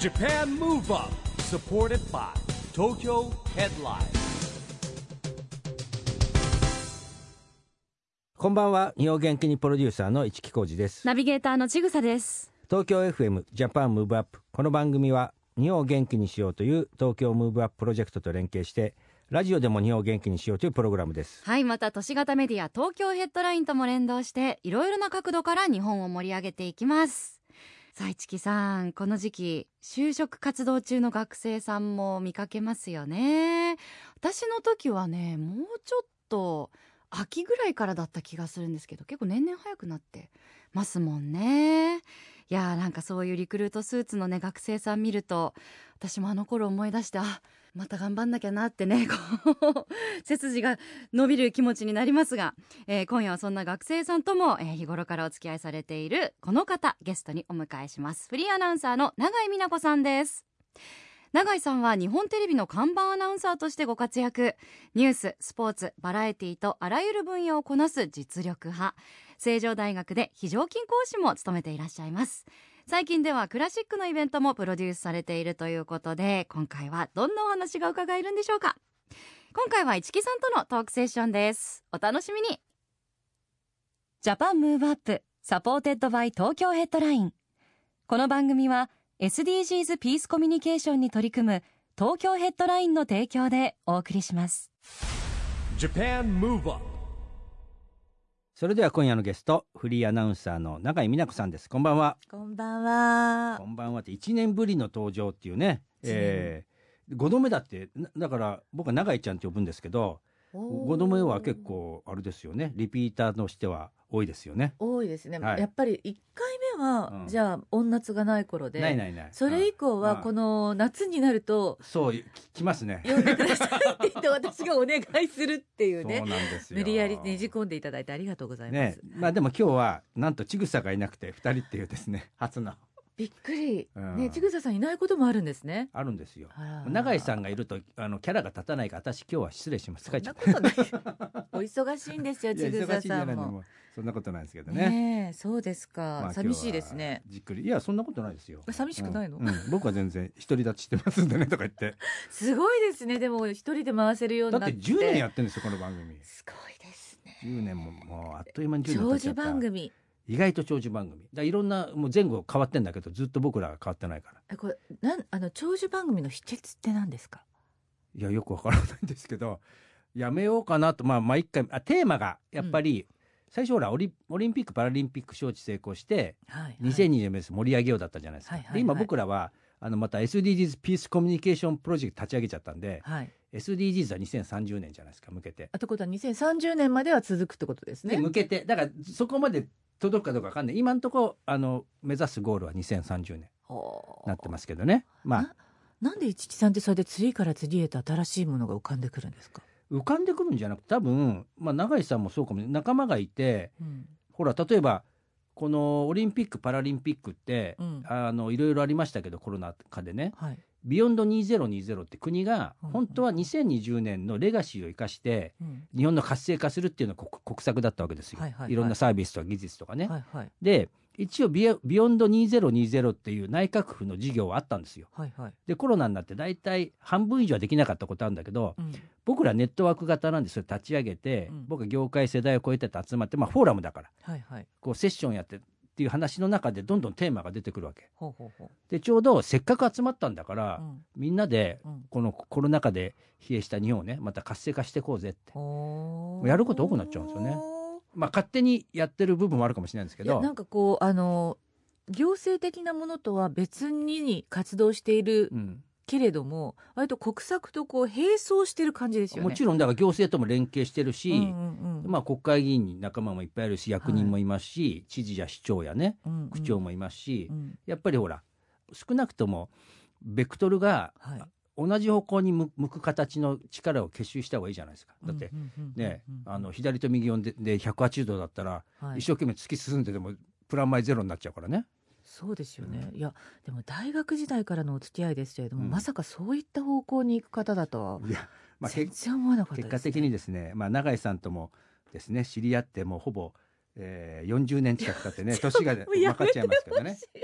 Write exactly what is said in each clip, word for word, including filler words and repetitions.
Japan Move Up supported by Tokyo Headline。 こんばんは。日本元気にプロデューサーの市木浩司です。 ナビゲーターのちぐさです。 東京 エフエム ジャパンムーブアップ。この番組は日本を元気にしようという東京ムーブアッププロジェクトと連携してラジオでも日本を元気にしようというプログラムです。 はい、また都市型メディア東京ヘッドラインとも連動していろいろな角度から日本を盛り上げていきます。さあ市木さん、この時期就職活動中の学生さんも見かけますよね。私の時はね、もうちょっと秋ぐらいからだった気がするんですけど、結構年々早くなってますもんね。いやー、なんかそういうリクルートスーツのね学生さん見ると私もあの頃思い出して、あ、また頑張んなきゃなってね、こう背筋が伸びる気持ちになりますが、えー、今夜はそんな学生さんとも、えー、日頃からお付き合いされているこの方ゲストにお迎えします。フリーアナウンサーの永井美奈子さんです。永井さんは日本テレビの看板アナウンサーとしてご活躍。ニュース、スポーツ、バラエティとあらゆる分野をこなす実力派。成城大学で非常勤講師も務めていらっしゃいます。最近ではクラシックのイベントもプロデュースされているということで、今回はどんなお話が伺えるんでしょうか。今回は市木さんとのトークセッションです。お楽しみに。ジャパンムーブアップサポーテッドバイ東京ヘッドライン。この番組は エスディージーズ ピースコミュニケーションに取り組む東京ヘッドラインの提供でお送りします。 Japan Move Up。 それでは今夜のゲスト、フリーアナウンサーの永井美奈子さんです。こんばんは。 こんばんは。 こんばんはっていちねんぶりの登場っていうね、えー、ごどめだって。だから僕は永井ちゃんって呼ぶんですけど、ごどめは結構あれですよね、リピーターとしては多いですよね。 多いですね、 はい、 やっぱりいっかいめは、うん、じゃあ温夏がない頃で、 ないないない、 それ以降はこの夏になると、 そう来ますね、 呼んでくださいって言って私がお願いするっていうね。 そうなんですよ。 無理やりねじ込んでいただいてありがとうございます、 ね。まあでも今日はなんとちぐさがいなくてふたりっていうですね、初の。 びっくり、 うん、 ね、ちぐささんいないこともあるんですね。 あるんですよ。永井さんがいるとあのキャラが立たないから、私今日は失礼します。 そんなことないお忙しいんですよ、ちぐささんも。 もそんなことないですけどね。 ねえ、そうですか、まあ、寂しいですね。 じっくり。いや、そんなことないですよ。 寂しくないの、 うんうん、僕は全然独り立ちしてますんでねとか言ってすごいですね。でも一人で回せるようになって、 だってじゅうねんやってるんですよ、この番組。 すごいですね。 じゅうねんももうあっという間にじゅうねん経っちゃった。 長寿番組、 意外と長寿番組だ。いろんなもう前後変わってんだけど、ずっと僕らが変わってないから。 これなんあの長寿番組の秘訣って何ですか？ いや、よくわからないんですけど、やめようかなと。まあまあ一回あテーマがやっぱり、うん、最初ほらオリオリンピック・パラリンピック招致成功して、はいはい、にせんにじゅうねん盛り上げようだったじゃないですか、はいはいはい、で今僕らはあのまた エスディージーズ ピースコミュニケーションプロジェクト立ち上げちゃったんで、はい、エスディージーズ はにせんさんじゅうねんじゃないですか、向けて。 あとことはにせんさんじゅうねんまでは続くってことですね。 で向けてだからそこまで届くかどうか分かんない。今のところあの目指すゴールはにせんさんじゅうねんなってますけどね。まあな、 なんで市木さんってそれで次から次へと新しいものが浮かんでくるんですか？ 浮かんでくるんじゃなくて、多分、まあ、永井さんもそうかもね、仲間がいて、うん、ほら例えばこのオリンピック・パラリンピックって、うん、あのいろいろありましたけどコロナ禍でね、はい、ビヨンドにせんにじゅうって国が本当はにせんにじゅうねんのレガシーを生かして、うん、日本の活性化するっていうのが国策だったわけですよ、はいはいはい、いろんなサービスとか技術とかね、はいはい、で一応ビヨンドにせんにじゅうっていう内閣府の事業はあったんですよ、はいはい、でコロナになって大体半分以上はできなかったことあるんだけど、うん、僕らネットワーク型なんでそれ立ち上げて、うん、僕は業界世代を超えてて集まって、まあ、フォーラムだから、はいはい、こうセッションやってっていう話の中でどんどんテーマが出てくるわけ。ほうほうほう。でちょうどせっかく集まったんだから、うん、みんなでこのコロナ禍で疲弊した日本をねまた活性化していこうぜって、もうやること多くなっちゃうんですよね。まあ勝手にやってる部分もあるかもしれないんですけど、いやなんかこうあの行政的なものとは別に活動している、うんけれども割と国策とこう並走してる感じですよね。 もちろんだから行政とも連携してるし、うんうんうん、まあ、国会議員に仲間もいっぱいいるし役人もいますし、はい、知事や市長やね、うんうん、区長もいますし、うん、やっぱりほら少なくともベクトルが同じ方向に向く形の力を結集した方がいいじゃないですか。だってね、あの左と右でひゃくはちじゅうどだったら、はい、一生懸命突き進んででもプラマイゼロになっちゃうからね。 そうですよね、うん、いやでも大学時代からのお付き合いですけれども、うん、まさかそういった方向に行く方だとは全然思わなかったですね。 結果的にですね、まあ、永井さんともですね知り合ってもうほぼ、えー、よんじゅうねん近く経ってね年が分かっちゃいますけどね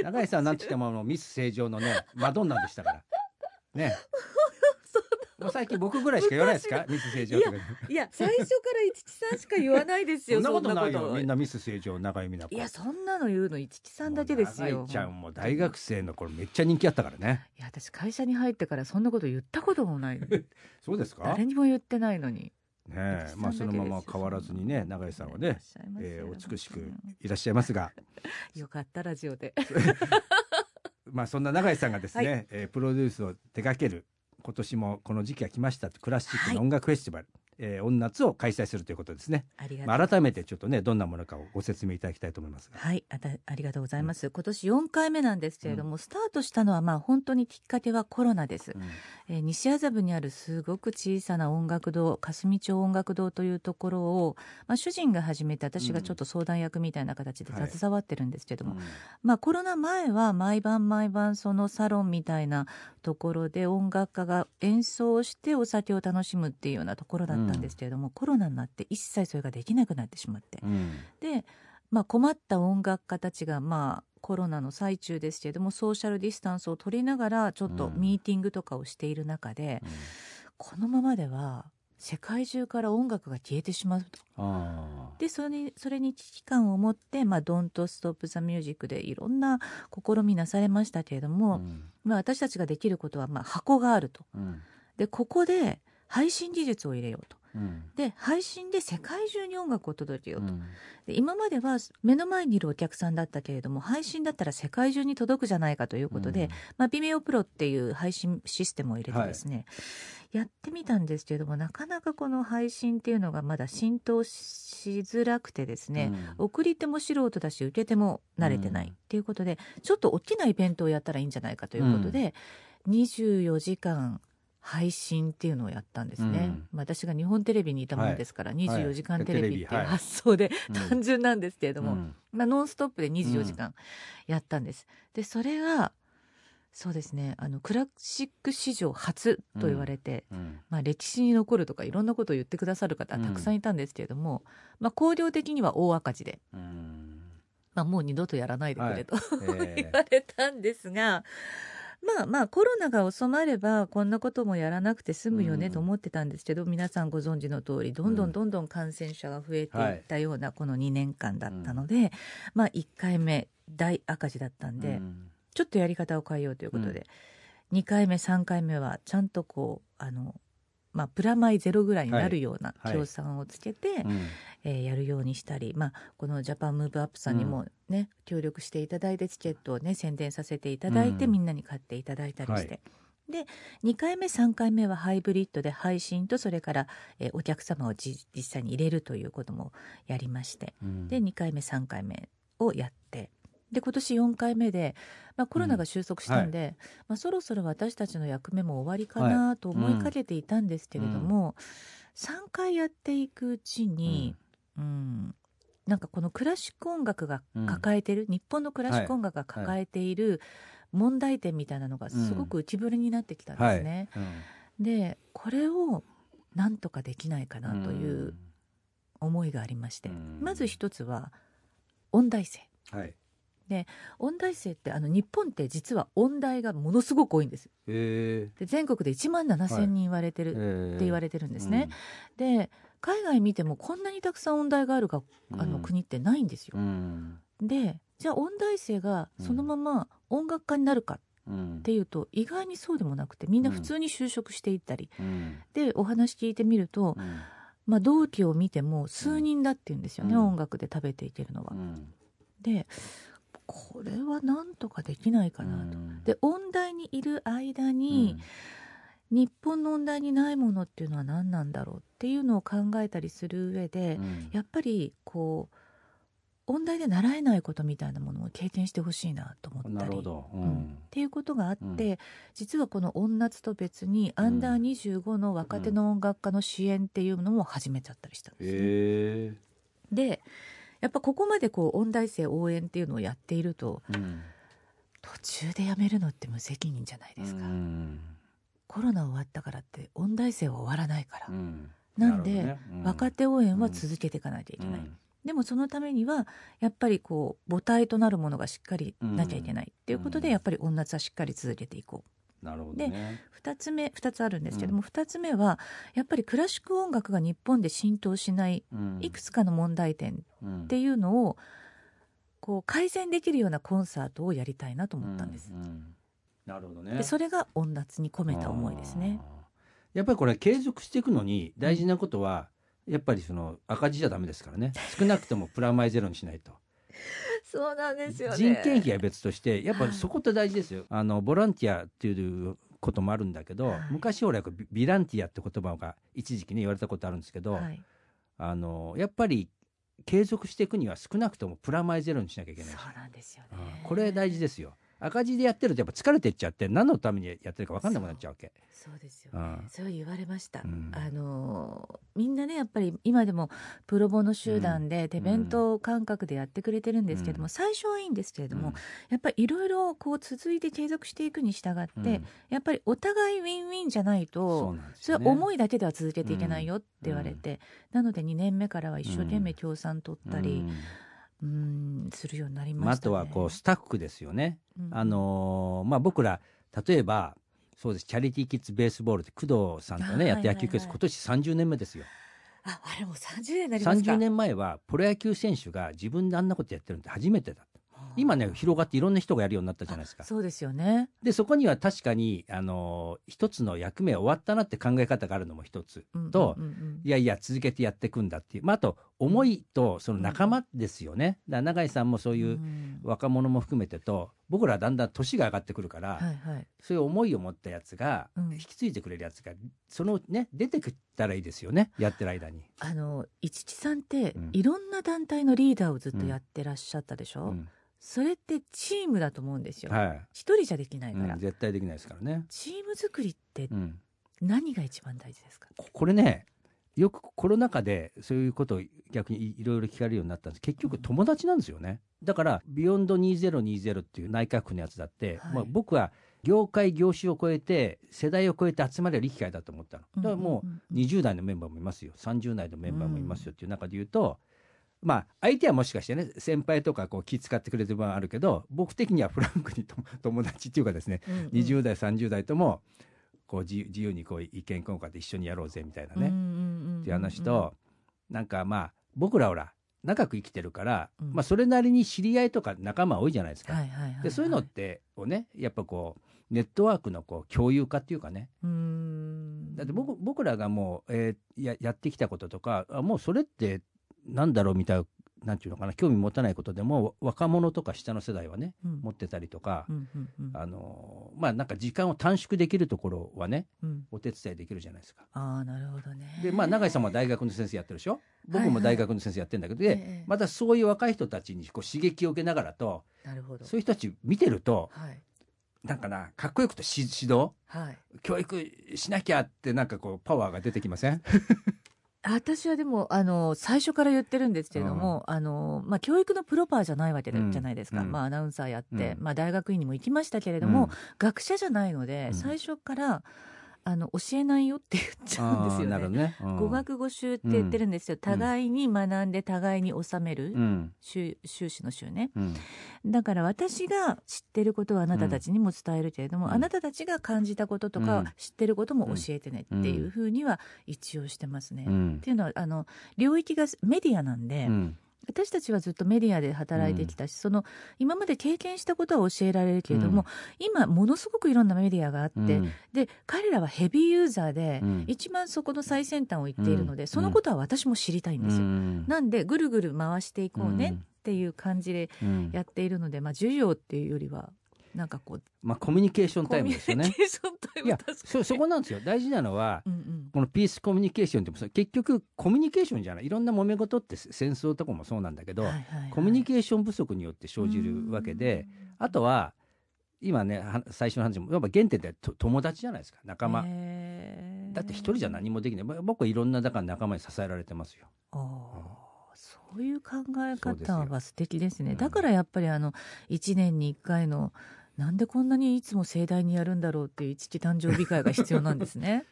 永井さんなんて言ってもあのミス成城のねマドンナでしたからね。もう最近僕ぐらいしか言わないですかミス成城とか。 いや最初から一木さんしか言わないですよ。 そんなことないよ。みんなミス成城永井美奈子。 いやそんなの言うの一木さんだけですよ。 永井ちゃんも大学生の頃めっちゃ人気あったからね。 いや私会社に入ってからそんなこと言ったこともない。 そうですか。 誰にも言ってないのに。 ねえ、まあそのまま変わらずにね永井さんはね、えー、お美しくいらっしゃいますが。 よかったラジオで。 まあそんな永井さんがですね、はい、えー、プロデュースを手掛ける今年もこの時期が来ましたクラシックの音楽フェスティバル、はい、えー、音夏を開催するということですね。 ありがとう、 まあ、改めてちょっとねどんなものかをご説明いただきたいと思いますが。 はい、あ, たありがとうございます、うん、今年よんかいめなんですけれども、うん、スタートしたのはまあ本当にきっかけはコロナです、うん、えー、西麻布にあるすごく小さな音楽堂霞町音楽堂というところを、まあ、主人が始めて私がちょっと相談役みたいな形で携わってるんですけども、はい、まあ、コロナ前は毎晩毎晩そのサロンみたいなところで音楽家が演奏してお酒を楽しむっていうようなところだったんですけれども、うん、コロナになって一切それができなくなってしまって、うん、で、まあ、困った音楽家たちがまあコロナの最中ですけれどもソーシャルディスタンスを取りながらちょっとミーティングとかをしている中で、うん、このままでは世界中から音楽が消えてしまうと。あでそれにそれに危機感を持って、まあ、Don't Stop the Music でいろんな試みなされましたけれども、うん、まあ、私たちができることはまあ箱があると、うん、でここで配信技術を入れようと、うん、で配信で世界中に音楽を届けようと、うん、で今までは目の前にいるお客さんだったけれども配信だったら世界中に届くじゃないかということで、うん、まあ、ビメオプロっていう配信システムを入れてですね、はい、やってみたんですけれどもなかなかこの配信っていうのがまだ浸透しづらくてですね、うん、送り手も素人だし受け手も慣れてないっていうことで、うん、ちょっと大きなイベントをやったらいいんじゃないかということで、うん、にじゅうよじかん配信っていうのをやったんですね、うん、まあ、私が日本テレビにいたものですから、はい、にじゅうよじかんテレビっていう発想で、はい、単純なんですけれども、うん、まあ、ノンストップでにじゅうよじかんやったんです、うん、でそれがそうですねあのクラシック史上初と言われて、うん、まあ、歴史に残るとかいろんなことを言ってくださる方たくさんいたんですけれども、うん、まあ、興行的には大赤字で、うん、まあ、もう二度とやらないでくれと、はい、えー、言われたんですが、まあまあコロナが収まればこんなこともやらなくて済むよねと思ってたんですけど、うん、皆さんご存知の通りどんどんどんどん感染者が増えていったようなこのにねんかんだったので、はい、まあいっかいめ大赤字だったんで、うん、ちょっとやり方を変えようということで、うん、にかいめさんかいめはちゃんとこうあのまあ、プラマイゼロぐらいになるような協賛をつけて、はいはい、えー、やるようにしたり、まあ、このジャパンムーブアップさんにもね、うん、協力していただいてチケットをね宣伝させていただいて、うん、みんなに買っていただいたりして、はい、でにかいめさんかいめはハイブリッドで配信とそれから、えー、お客様を実際に入れるということもやりまして、うん、でにかいめさんかいめをやってで今年よんかいめで、まあ、コロナが収束したんで、うん、はい、まあ、そろそろ私たちの役目も終わりかなと思いかけていたんですけれども、はい、うん、さんかいやっていくうちに、うんうん、なんかこのクラシック音楽が抱えている、うん、日本のクラシック音楽が抱えている問題点みたいなのがすごく浮き彫りになってきたんですね、はい、うん、でこれをなんとかできないかなという思いがありまして、うん、まず一つは音大生、はい、で音大生ってあの日本って実は音大がものすごく多いんです、えー、で全国でいちまんななせんにん言われてる、はい、って言われてるんですね、うん、で海外見てもこんなにたくさん音大があるが、うん、あの国ってないんですよ、うん、でじゃあ音大生がそのまま音楽家になるかっていうと、うん、意外にそうでもなくてみんな普通に就職していったり、うん、でお話聞いてみると、うん、まあ、同期を見ても数人だって言うんですよね、うん、音楽で食べていけるのは、うん、でこれはなんとかできないかなと、うん、で音大にいる間に、うん、日本の音大にないものっていうのは何なんだろうっていうのを考えたりする上で、うん、やっぱりこう音大で習えないことみたいなものを経験してほしいなと思ったり、なるほど、うんうん、っていうことがあって、うん、実はこの音夏と別にアンダーにじゅうごの若手の音楽家の支援っていうのも始めちゃったりしたんですね、えー、でやっぱここまでこう音大生応援っていうのをやっていると、うん、途中でやめるのって無責任じゃないですか、うん、コロナ終わったからって音大生は終わらないから、うん、なんで、ね、うん、若手応援は続けていかないといけない、うん、 でもそのためにはやっぱりこう母体となるものがしっかりなきゃいけないっていうことで、 うん、 やっぱり温夏はしっかり続けていこう。 なるほどね。 でふたつめふたつあるんですけども、うん、ふたつめはやっぱりクラシック音楽が日本で浸透しないいくつかの問題点っていうのをこう改善できるようなコンサートをやりたいなと思ったんです、うんうん、 なるほどね。 でそれが音夏に込めた思いですね。 やっぱりこれ継続していくのに大事なことは、うん、やっぱりその赤字じゃダメですからね。少なくともプラマイゼロにしないとそうなんですよね。 人件費は別としてやっぱりそこって大事ですよ、はい、あのボランティアっていうこともあるんだけど、はい、昔ほらビランティアって言葉が一時期ね言われたことあるんですけど、はい、あのやっぱり継続していくには少なくともプラマイゼロにしなきゃいけない。 そうなんですよね、 うん、これ大事ですよ。赤字でやってるとやっぱ疲れていっちゃって何のためにやってるか分かんなくなっちゃうわけ。 そう、そうですよね、うん、そう言われました、 うん、 あのみんなねやっぱり今でもプロボノ集団で手弁当感覚でやってくれてるんですけども、うん、最初はいいんですけれども、うん、やっぱりいろいろこう続いて継続していくに従って、うん、やっぱりお互いウィンウィンじゃないと そ,、ね、それは思いだけでは続けていけないよって言われて、うん、なのでにねんめからは一生懸命協賛取ったり、うんうーんするようになりましたね。 あとはこうスタッフですよね、うんあのーまあ、僕ら例えばそうですチャリティーキッズベースボールって工藤さんとねやって野球教室、今年さんじゅうねんめですよ。 ああれもさんじゅうねんになりますか。 さんじゅうねんまえはプロ野球選手が自分であんなことやってるのって初めてだった。今ね広がっていろんな人がやるようになったじゃないですか。 そうですよね。 でそこには確かにあの一つの役目終わったなって考え方があるのも一つと、うんうんうんうん、いやいや続けてやっていくんだっていう、まあ、あと思いとその仲間ですよね、うん、だから永井さんもそういう若者も含めてと僕らはだんだん年が上がってくるから、はいはい、そういう思いを持ったやつが、うん、引き継いでくれるやつがそのね出てくったらいいですよね。やってる間にあの一木さんって、うん、いろんな団体のリーダーをずっとやってらっしゃったでしょ、うんうんそれってチームだと思うんですよ、はい、一人じゃできないから、 うん、絶対できないですからね。 チーム作りって何が一番大事ですか、 うん、これねよくコロナ禍でそういうことを逆にいろいろ聞かれるようになったんです。結局友達なんですよね、うん、だからビヨンドにせんにじゅうっていう内閣府のやつだって、はいまあ、僕は業界業種を超えて世代を超えて集まれるいい機会だと思ったの。だからもうにじゅう代のメンバーもいますよさんじゅう代のメンバーもいますよっていう中で言うと、まあ、相手はもしかしてね先輩とかこう気遣ってくれてる部分あるけど僕的にはフランクにと友達っていうかですね、うんうん、にじゅう代さんじゅう代ともこう 自, 自由にこう意見交換で一緒にやろうぜみたいなね、うんうんうんうん、っていう話となんかまあ僕らほら長く生きてるから、うんまあ、それなりに知り合いとか仲間多いじゃないですか、はいはいはいはい、でそういうのってをねやっぱこうネットワークのこう共有化っていうかねうーんだって 僕, 僕らがもう、えー、や, やってきたこととかあもうそれってなんだろうみたいな、なんていうのかな興味持たないことでも若者とか下の世代はね、うん、持ってたりとか、うんうんうん、あのまあなんか時間を短縮できるところはね、うん、お手伝いできるじゃないですか。 ああなるほどね。 でまあ永井さんも大学の先生やってるでしょ。僕も大学の先生やってるんだけど、はいはい、でまたそういう若い人たちにこう刺激を受けながらと、なるほどそういう人たち見てると、はい、なんかなかっこよくと指導、はい、教育しなきゃってなんかこうパワーが出てきません？ 私はでもあの最初から言ってるんですけれども、うんあのまあ、教育のプロパーじゃないわけじゃないですか、うんまあ、アナウンサーやって、うんまあ、大学院にも行きましたけれども、うん、学者じゃないので、うん、最初からあの教えないよって言っちゃうんですよ ね, なるね、うん、語学語習って言ってるんですよ、うん、互いに学んで互いに収める、うん、修, 修士の修ね、うん、だから私が知ってることはあなたたちにも伝えるけれども、うん、あなたたちが感じたこととか、うん、知ってることも教えてねっていうふうには一応してますね、うん、っていうのはあの領域がメディアなんで、うん私たちはずっとメディアで働いてきたし、うん、その今まで経験したことは教えられるけれども、うん、今ものすごくいろんなメディアがあって、うん、で彼らはヘビーユーザーで、うん、一番そこの最先端を言っているので、うん、そのことは私も知りたいんですよ、うん、なんでぐるぐる回していこうねっていう感じでやっているので、まあ、授業っていうよりはなんかこう、 まあ、コミュニケーションタイムですよね。 コミュニケーションタイム、 いや そ, そこなんですよ大事なのは、うんうん、このピースコミュニケーションっても結局コミュニケーションじゃないいろんな揉め事って戦争とかもそうなんだけど、はいはいはい、コミュニケーション不足によって生じるわけであとは今ね最初の話もやっぱ原点って友達じゃないですか仲間だって一人じゃ何もできない僕はいろんなだから仲間に支えられてますよ。あ、うんそういう考え方は素敵ですね。だからやっぱりあのいちねんにいっかいのなんでこんなにいつも盛大にやるんだろうっていう一期誕生日会が必要なんですね。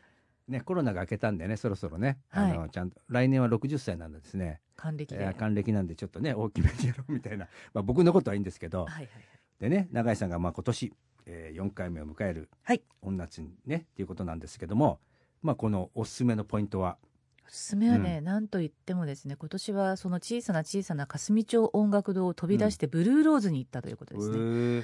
ね、コロナが明けたんでね、そろそろね、 はい、 あのちゃんと来年はろくじゅっさいなんでですね、 還暦で、 えー、還暦なんでちょっとね大きめにやろうみたいな、まあ、僕のことはいいんですけど、 はいはいはい、 でね、永井さんがまあ今年、えー、よんかいめを迎える御夏にね、はい、っていうことなんですけども、まあ、このおすすめのポイントは、 おすすめはね、うん、なんといってもですね、今年はその小さな小さな霞町音楽堂を飛び出してブルーローズに行ったということですね、うん、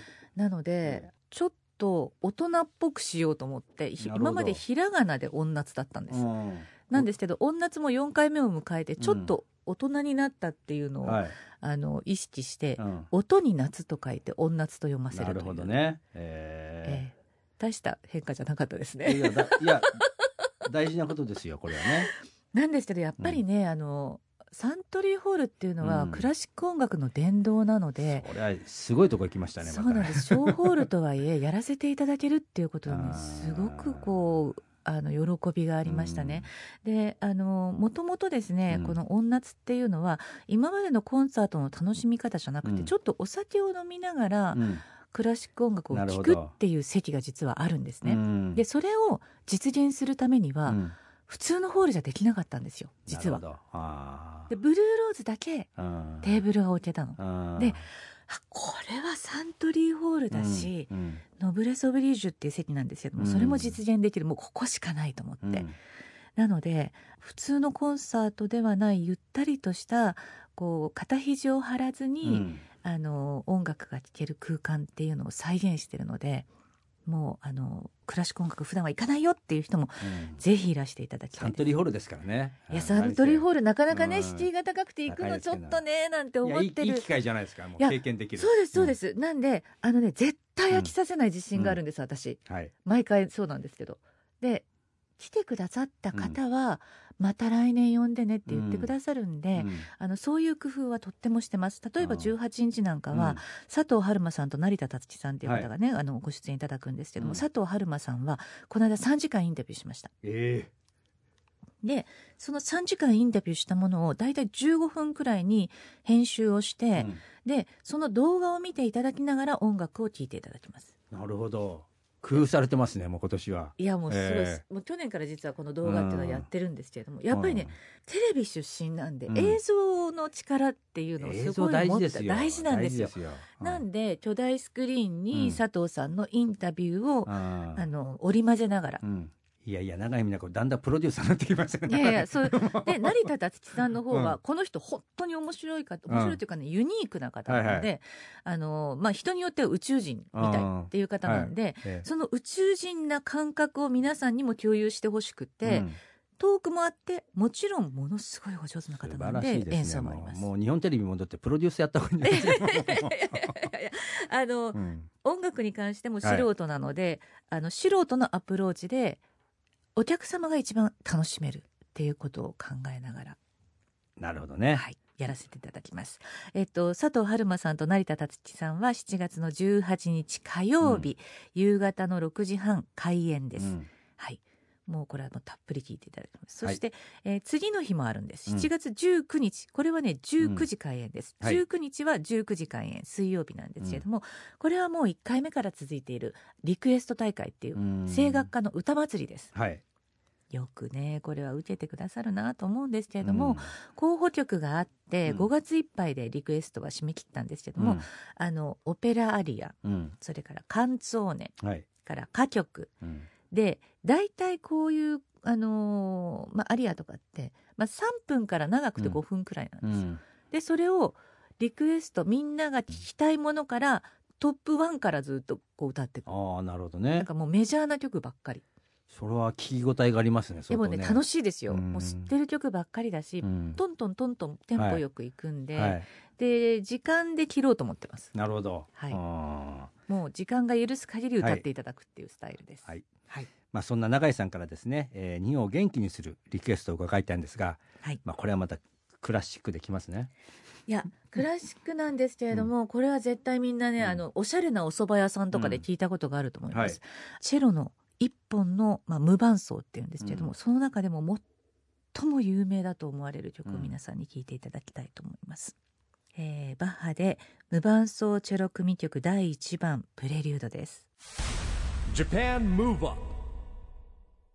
なので、うん、ちょっと大人っぽくしようと思って、今までひらがなで音夏だったんです、うん、なんですけど音夏もよんかいめを迎えてちょっと大人になったっていうのを、うん、はい、あの意識して、うん、音に夏と書いて音夏と読ませるという。なるほどね、えーえー、大した変化じゃなかったですね。 いや、だいや大事なことですよこれはね。 なんですけどやっぱりね、うん、あのサントリーホールっていうのはクラシック音楽の殿堂なので、 うん、それはすごいとこ行きましたね。 そうなんです、小ホールとはいえやらせていただけるっていうことに、ね、すごくこうあの喜びがありましたね、うん、であのもともとですね、うん、この音夏っていうのは今までのコンサートの楽しみ方じゃなくて、うん、ちょっとお酒を飲みながら、うん、クラシック音楽を聴くっていう席が実はあるんですね、うん、でそれを実現するためには、うん、普通のホールじゃできなかったんですよ実は。あでブルーローズだけテーブルが置いてたので、これはサントリーホールだし、うんうん、ノブレス・オブリージュっていう席なんですけども、それも実現できる、もうここしかないと思って、うん、なので普通のコンサートではないゆったりとしたこう肩肘を張らずに、うん、あの音楽が聴ける空間っていうのを再現しているので、もうあのクラシック音楽普段は行かないよっていう人も、うん、ぜひいらしていただきたいです。 サントリーホールですからね。 いやサントリーホールなかなかね、うん、敷居が高くて行くのちょっとねなんて思ってる。 いい、いい機会じゃないですか。もう経験できる。 そうですそうです、うん、なんであのね絶対飽きさせない自信があるんです、うん、私、はい、毎回そうなんですけど、で来てくださった方は、うん、また来年呼んでねって言ってくださるんで、うん、あのそういう工夫はとってもしてます。例えばじゅうはちにちなんかは、うん、佐藤春馬さんと成田達樹さんっていう方がね、はい、あのご出演いただくんですけども、うん、佐藤春馬さんはこの間さんじかんインタビューしました、えー、でそのさんじかんインタビューしたものをだいたいじゅうごふんくらいに編集をして、うん、でその動画を見ていただきながら音楽を聴いていただきます。 なるほど、工夫されてますね、もう今年は。 いやもうすごい、えー、もう去年から実はこの動画っていうのをやってるんですけれども、うん、やっぱりね、うん、テレビ出身なんで、うん、映像の力っていうのをすごい持って大事なんですよ。ですよ、うん、なんで巨大スクリーンに佐藤さんのインタビューを、うん、あの織り交ぜながら、うん、 いやいや永井美奈子だんだんプロデューサーになってきましたね。 いやいやそうで成田達樹さんの方は、うん、この人本当に面白いか面白いというかね、うん、ユニークな方なので、はいはい、あのまあ、人によっては宇宙人みたいっていう方なんで、はいええ、その宇宙人な感覚を皆さんにも共有してほしくて、うん、トークもあってもちろんものすごいお上手な方なの で, で、ね、演奏もあります。 もう日本テレビ戻ってプロデュースやった方がいいんですよあの、うん、音楽に関しても素人なので、はい、あの素人のアプローチでお客様が一番楽しめるっていうことを考えながら、 なるほどね、 はい、やらせていただきます。えっと佐藤春馬さんと成田達樹さんはしちがつのじゅうはちにち火曜日、うん、夕方のろくじはん開演です、うん、はい、もうこれはもうたっぷり聞いていただきます。そして、はい、えー、次の日もあるんです。しちがつじゅうくにち、これはねじゅうくじ開演です、うん、じゅうくにちはじゅうくじ開演、水曜日なんですけれども、うん、これはもういっかいめから続いているリクエスト大会っていう声楽家の歌祭りです、はい、よくねこれは受けてくださるなと思うんですけれども、うん、候補曲があってごがついっぱいでリクエストは締め切ったんですけども、うん、あのオペラアリア、うん、それからカンツォーネ、はい、から歌曲、うん、でだいたいこういう、あのーまあ、アリアとかって、まあ、さんぷんから長くてごふんくらいなんですよ、うん、でそれをリクエストみんなが聴きたいものからトップワンからずっとこう歌っていく。 ああなるほどね。 なんかもうメジャーな曲ばっかり。 それは聞き応えがありますね。 でもね楽しいですよ。もう知ってる曲ばっかりだし、トントントントンテンポよくいくんで、はいはい、で時間で切ろうと思ってます。 なるほど、 はい、もう時間が許す限り歌っていただくっていうスタイルです、 はいはい、まあ、そんな永井さんからですね、えー、日本を元気にするリクエストを伺いたいんですが、はい、まあ、これはまたクラシックできますね。 いやクラシックなんですけれども、うん、これは絶対みんなね、うん、あのおしゃれなお蕎麦屋さんとかで聞いたことがあると思います、うん、はい、チェロの一本の、まあ、無伴奏っていうんですけれども、うん、その中でも最も有名だと思われる曲を皆さんに聴いていただきたいと思います、うん、えー、バッハで無伴奏チェロ組曲だいいちばんプレリュードです。 Japan Move Up。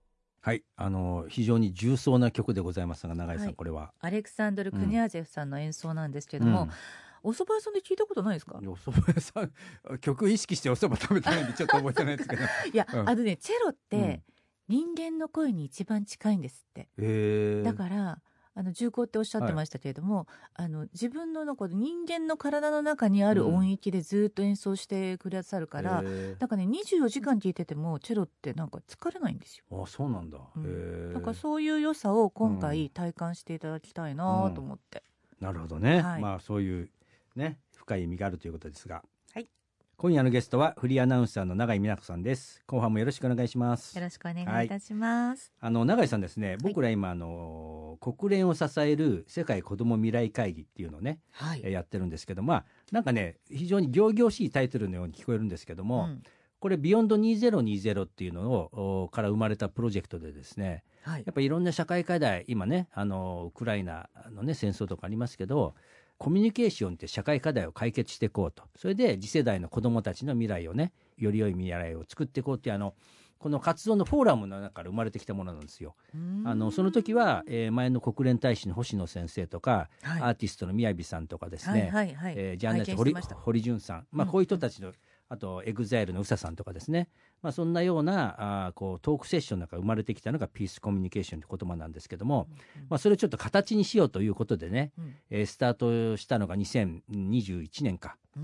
はい、あの非常に重層な曲でございますが、永井さん、はい、これはアレクサンドル・クニャーゼフさんの演奏なんですけれども、うん、お蕎麦屋さんで聞いたことないですか？ お蕎麦屋さん曲意識してお蕎麦食べたのにちょっと覚えてないですけどいや、うん、あのねチェロって人間の声に一番近いんですって、 うん、 だからあの重厚っておっしゃってましたけれども、はい、あの自分の中で人間の体の中にある音域でずっと演奏してくださるから、うん、なんかねにじゅうよじかん聴いててもチェロってなんか疲れないんですよ。 あ、そうなんだ、 うん、なんかそういう良さを今回体感していただきたいなと思って、 うんうん、なるほどね、 はい、 まあそういうね深い意味があるということですが、 はい、 今夜のゲストはフリーアナウンサーの永井美奈子さんです。後半もよろしくお願いします。 よろしくお願いいたします。 はい、あの永井さんですね、僕ら今あの国連を支える世界子ども未来会議っていうのをね、はい、やってるんですけど、まあなんかね非常に仰々しいタイトルのように聞こえるんですけども、うん、これビヨンドにせんにじゅうっていうのをから生まれたプロジェクトでですね、はい、やっぱりいろんな社会課題、今ねあのウクライナのね戦争とかありますけど、コミュニケーションって社会課題を解決していこうと、それで次世代の子どもたちの未来をね、より良い未来を作っていこうっていう、あのこの活動のフォーラムの中から生まれてきたものなんですよ。あのその時は、えー、前の国連大使の星野先生とか、はい、アーティストの宮城さんとかですね、はいはいはい、えー、ジャーナリスト堀、堀潤さん、まあ、こういう人たちの、うん、あとエグザイルの宇佐さんとかですね、まあ、そんなようなあこうトークセッションの中から生まれてきたのがピースコミュニケーションという言葉なんですけども、うんうん、まあ、それをちょっと形にしようということでね、うん、えー、スタートしたのがにせんにじゅういちねんか、うん、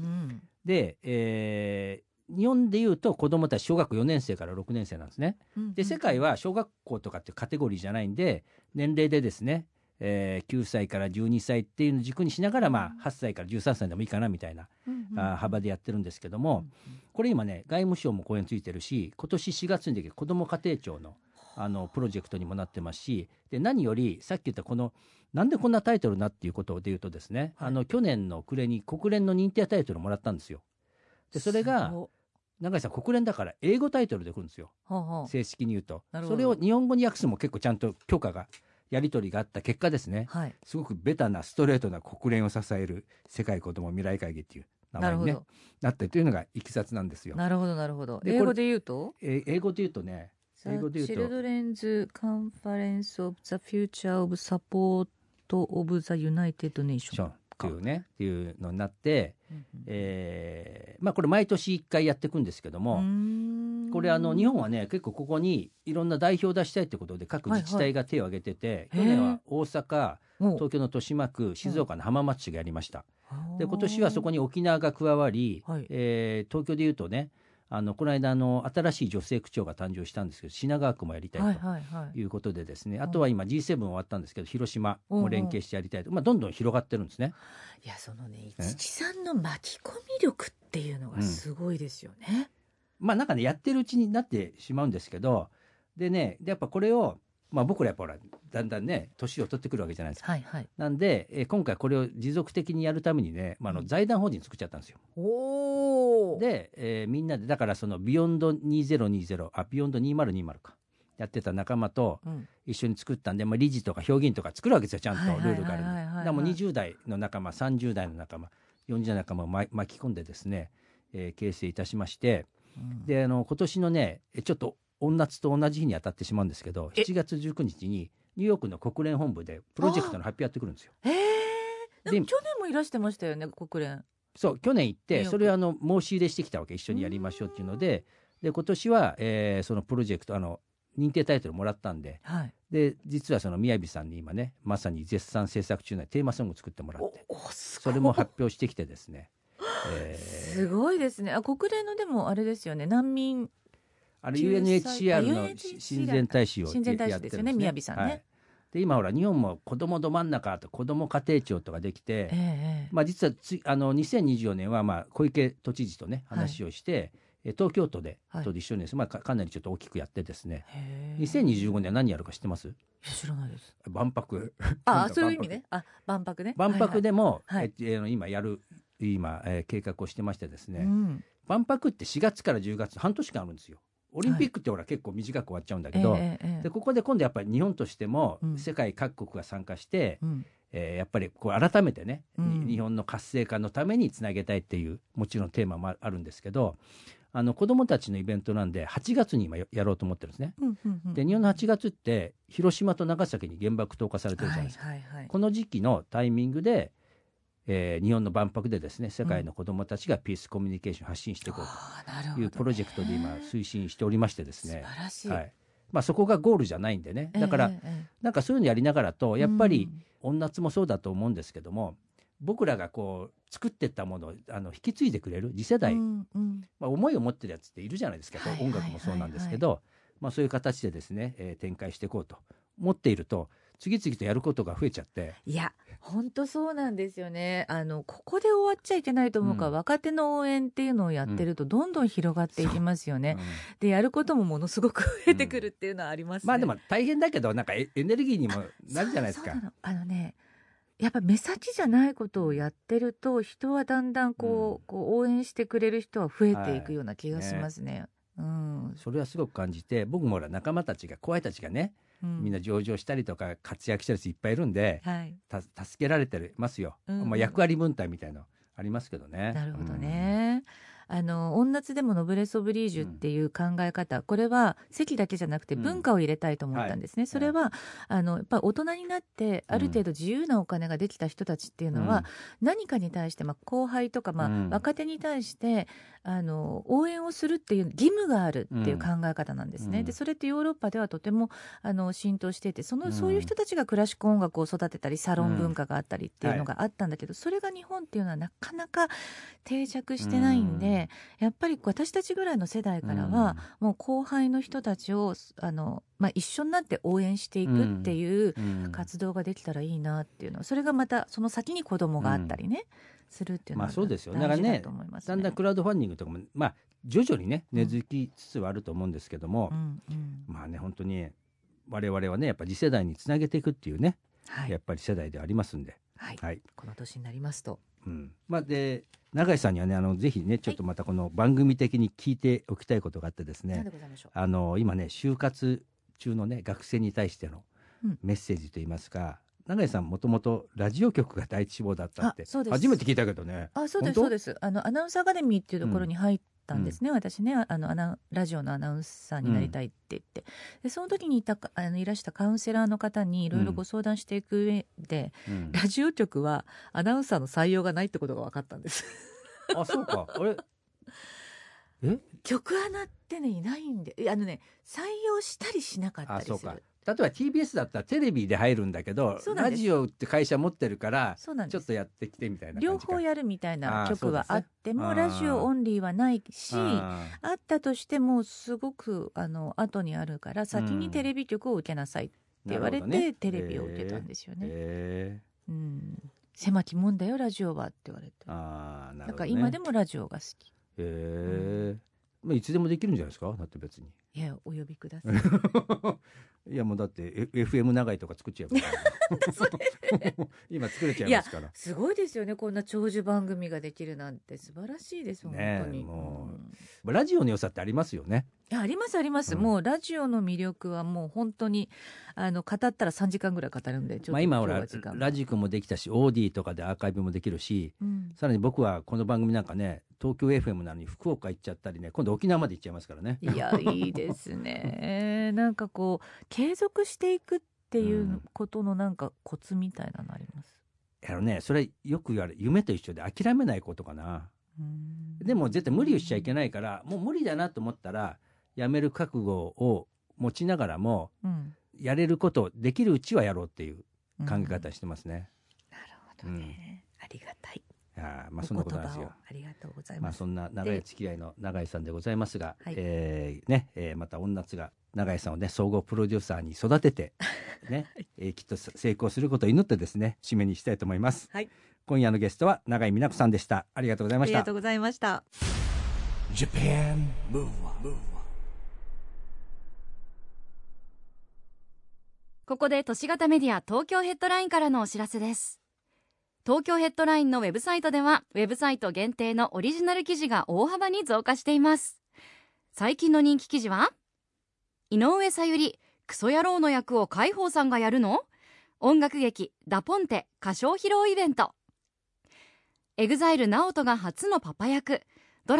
で、えー日本でいうと子どもたち小学校よねん生からろくねん生なんですね、うんうん、で世界は小学校とかっていうカテゴリーじゃないんで、年齢でですね、えー、きゅうさいからじゅうにさいっていうのを軸にしながら、まあ、はっさいからじゅうさんさいでもいいかなみたいな、うんうん、あ幅でやってるんですけども、うんうん、これ今ね外務省も講演ついてるし、今年しがつにできる子ども家庭庁 の, あのプロジェクトにもなってますし、で何よりさっき言ったこのなんでこんなタイトルなっていうことで言うとですね、はい、あの去年の暮れに国連の認定タイトルをもらったんですよ。でそれが永井さん、国連だから英語タイトルで来るんですよ、はあはあ、正式に言うと。それを日本語に訳すのも結構ちゃんと許可がやり取りがあった結果ですね、はい、すごくベタなストレートな国連を支える世界子ども未来会議っていう名前に、ね、な, なったというのがいきさつなんですよ。 なるほどなるほど。英語で言うと英語で言うとね英語で言うと Children's Conference of the Future of Support of the United Nations っていうねっていうのになって、うんうん、えーまあ、これ毎年いっかいやっていくんですけども、これあの日本はね結構ここにいろんな代表を出したいということで各自治体が手を挙げてて、はいはい、去年は大阪、東京の豊島区、静岡の浜松市がやりました。で今年はそこに沖縄が加わり、はい、えー、東京でいうとねあのこの間あの新しい女性区長が誕生したんですけど、品川区もやりたいということでですね、はいはいはい、あとは今 ジーセブン 終わったんですけど広島も連携してやりたいと、まあ、どんどん広がってるんですね。 いやそのね一木さんの巻き込み力っていうのがすごいですよね、 うん、まあなんかねやってるうちになってしまうんですけど、でねでやっぱこれをまあ、僕らやっぱほらだんだんね年を取ってくるわけじゃないですか、はいはい、なんで、えー、今回これを持続的にやるためにね、まあ、あの財団法人作っちゃったんですよ。おで、えー、みんなでだからそのビヨンドにせんにじゅうあビヨンドにせんにじゅうかやってた仲間と一緒に作ったんで、まあ、理事とか評議員とか作るわけですよ、ちゃんとルールがあるんで。だからもうにじゅう代の仲間さんじゅう代の仲間よんじゅう代の仲間を巻き込んでですね、えー、形成いたしまして、うん、であの今年のねちょっと御夏と同じ日に当たってしまうんですけど、しちがつじゅうくにちにニューヨークの国連本部でプロジェクトの発表やってくるんですよ。 へー、でも去年もいらしてましたよね国連。 そう去年行ってそれをあの申し入れしてきたわけ、一緒にやりましょうっていうので、で今年は、えー、そのプロジェクトあの認定タイトルもらったんで、はい、で実はその宮城さんに今ねまさに絶賛制作中のテーマソングを作ってもらって、それも発表してきてですね、 えー、すごいですね。あ国連のでもあれですよね、難民あれ ユーエヌエイチシーアール の親善大使をやってるんですね。親善大使ですよね、 宮城さんね、はい、 で今ほら日本も子どもど真ん中と子ども家庭庁とかできて、えーまあ、実はつあのにせんにじゅうよねんはまあ小池都知事とね話をして、はい、東京都で、はい、と一緒にです、まあ、か, かなりちょっと大きくやってですね、にせんにじゅうごねんは何やるか知ってます？いや知らないです。 万博。 あそういう意味ね。あ万博ね。 万博でも、はいはい、え今やる今、えー、計画をしてましてですね、うん、万博ってしがつからじゅうがつ半年間あるんですよ。オリンピックってほら結構短く終わっちゃうんだけど、はいえーえー、でここで今度やっぱり日本としても世界各国が参加して、うんえー、やっぱりこう改めてね、うん、日本の活性化のためにつなげたいっていうもちろんテーマもあるんですけど、 あの子どもたちのイベントなんではちがつに今やろうと思ってるんですね、 うんうんうん、 で日本のはちがつって広島と長崎に原爆投下されてるじゃないですか、 はいはいはい、 この時期のタイミングで、えー、日本の万博でですね世界の子どもたちがピースコミュニケーションを発信していこうというプロジェクトで今推進しておりましてですね、 素晴らしい、 はいまあ、そこがゴールじゃないんでね、だから、えーえー、なんかそういうのやりながらとやっぱり女夏もそうだと思うんですけども、僕らがこう作っていったものをあの引き継いでくれる次世代、うんうんまあ、思いを持ってるやつっているじゃないですか、はいはいはいはい、音楽もそうなんですけど、まあ、そういう形でですね、えー、展開していこうと思っていると次々とやることが増えちゃって、 いや本当そうなんですよね。あのここで終わっちゃいけないと思うから、うん、若手の応援っていうのをやってるとどんどん広がっていきますよね、うん、でやることもものすごく増えてくるっていうのはありますね、うん、 まあでも大変だけどなんかエネルギーにもなるじゃないですか。 そうそうなの。あのねやっぱ目先じゃないことをやってると人はだんだんこう、うん、こう応援してくれる人は増えていくような気がしますね、はいねうん、 それはすごく感じて、僕もほら仲間たちが後輩たちがね、うん、みんな上場したりとか活躍してる人いっぱいいるんで、はい、た助けられてますよ、うんまあ、役割分担みたいなのありますけどね。 なるほどね、うん、あの音夏でもノブレス・オブリージュっていう考え方、うん、これは席だけじゃなくて文化を入れたいと思ったんですね、うんはい、それはあのやっぱり大人になってある程度自由なお金ができた人たちっていうのは、うん、何かに対して、まあ、後輩とか、まあうん、若手に対してあの応援をするっていう義務があるっていう考え方なんですね、うん、でそれってヨーロッパではとてもあの浸透していて、その、うん、そういう人たちがクラシック音楽を育てたりサロン文化があったりっていうのがあったんだけど、うんはい、それが日本っていうのはなかなか定着してないんで、うん、やっぱり私たちぐらいの世代からは、うん、もう後輩の人たちをあの、まあ、一緒になって応援していくっていう活動ができたらいいなっていうのは、それがまたその先に子供があったりね、うんするっていうのは大事だと思いますね。まあそうですよ。だからね、 だんだんクラウドファンディングとかも、まあ、徐々にね根付きつつはあると思うんですけども、うんうん、まあね本当に我々はねやっぱ次世代につなげていくっていうね、はい、やっぱり世代でありますんで、 はいはい、この年になりますと、 うんまあ、で永井さんにはねあのぜひねちょっとまたこの番組的に聞いておきたいことがあってですね、はい、あの今ね就活中のね学生に対してのメッセージといいますか、うん永井さんもともとラジオ局が第一志望だったって初めて聞いたけどね。 あそうですそうです。あのアナウンサーアカデミーっていうところに入ったんですね、うん、私ねあのアナラジオのアナウンサーになりたいって言って、うん、でその時にいたあのいらしたカウンセラーの方にいろいろご相談していく上で、うん、ラジオ局はアナウンサーの採用がないってことが分かったんですあそうかあれえ局アナってねいないんであのね採用したりしなかったりする。あそうか例えば ティービーエス だったらテレビで入るんだけどラジオって会社持ってるからちょっとやってきてみたいな感じか。 両方やるみたいな局はあっても、ね、ラジオオンリーはないし あ, あったとしてもすごくあの後にあるから先にテレビ局を受けなさいって言われて、うんね、テレビを受けたんですよね、えーうん、狭きもんだよラジオはって言われて。あなるほど、ね、だから今でもラジオが好き。 へえーうんまあ、いつでもできるんじゃないですか。だって別にいやお呼びくださいいやもうだって、F、エフエム 長いとか作っちゃうから今作れちゃいますから。いやすごいですよねこんな長寿番組ができるなんて素晴らしいです本当に、ね、もう、うん、ラジオの良さってありますよね。 いやありますあります、うん、もうラジオの魅力はもう本当にあの語ったらさんじかんぐらい語るんでちょっと、まあ、今ほらラジコもできたしオーディとかでアーカイブもできるし、うん、さらに僕はこの番組なんかね東京 エフエム なのに福岡行っちゃったりね今度沖縄まで行っちゃいますからね。 いやいいですねなんかこう継続していくっていうことのなんかコツみたいなのあります、 うん、あのねそれよく言われる夢と一緒で諦めないことかな。うんでも絶対無理をしちゃいけないからもう無理だなと思ったらやめる覚悟を持ちながらも、うん、やれることできるうちはやろうっていう考え方してますね、 うん、なるほどね、うん、ありがたい。 あまあそんなことなんですよ。 ありがとうございます。 まあそんな長い付き合いの永井さんでございますが、はいえーねえー、また女夏が永井さんをね総合プロデューサーに育ててね、はいえー、きっと成功することを祈ってですね締めにしたいと思います、はい、今夜のゲストは永井美奈子さんでした。ありがとうございました。 ありがとうございました。Japan Move On。 ここで都市型メディア東京ヘッドラインからのお知らせです。東京ヘッドラインのウェブサイトではウェブサイト限定のオリジナル記事が大幅に増加しています。最近の人気記事は井上さゆりクソ野郎の役を海宝さんがやるの？音楽劇ダポンテ歌唱披露イベント。エグザイル直人が初のパパ役。ドラマ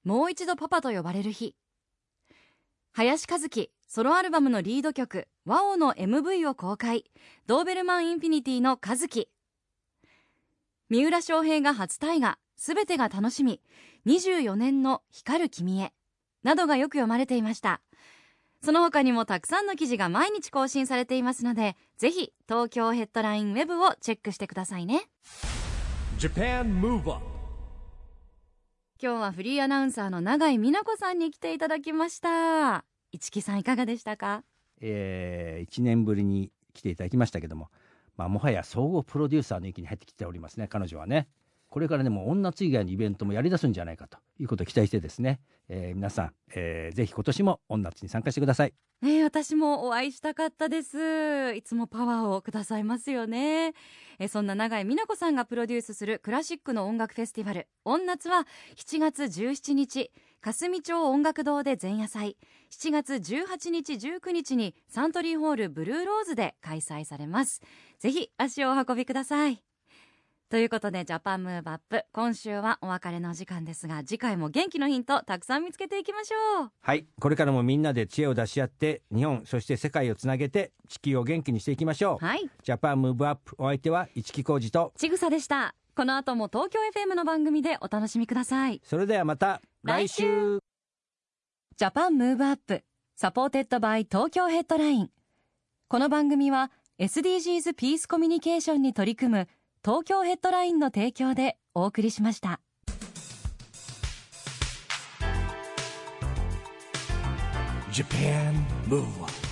もう一度パパと呼ばれる日、林和樹ソロアルバムのリード曲ワオの エムブイ を公開、ドーベルマンインフィニティの和樹、三浦翔平が初大河、すべてが楽しみ、にじゅうよねんの光る君へなどがよく読まれていました。その他にもたくさんの記事が毎日更新されていますので、ぜひ東京ヘッドラインウェブをチェックしてくださいね。 Japan Move Up。 今日はフリーアナウンサーの永井美奈子さんに来ていただきました。市木さんいかがでしたか？ えー、いちねんぶりに来ていただきましたけども、まあ、もはや総合プロデューサーの域に入ってきておりますね、彼女はね。これからね、もう女つ以外のイベントもやり出すんじゃないかということを期待してですね、えー、皆さん、えー、ぜひ今年も女つに参加してください。 ね、私もお会いしたかったです。いつもパワーをくださいますよね。えそんな永井美奈子さんがプロデュースするクラシックの音楽フェスティバル女つはしちがつじゅうしちにち霞町音楽堂で前夜祭、しちがつじゅうはちにちじゅうくにちにサントリーホールブルーローズで開催されます。ぜひ足をお運びください。ということでジャパンムーブアップ、今週はお別れの時間ですが、次回も元気のヒントたくさん見つけていきましょう。 はい、これからもみんなで知恵を出し合って日本そして世界をつなげて地球を元気にしていきましょう。 はい、 ジャパンムーブアップ、お相手は市木浩二とちぐさでした。この後も東京 エフエム の番組でお楽しみください。 それではまた来週。 ジャパンムーブアップサポーテッドバイ東京ヘッドライン。この番組は エスディージーズ ピースコミュニケーションに取り組む東京ヘッドラインの提供でお送りしました。 Japan Move Up。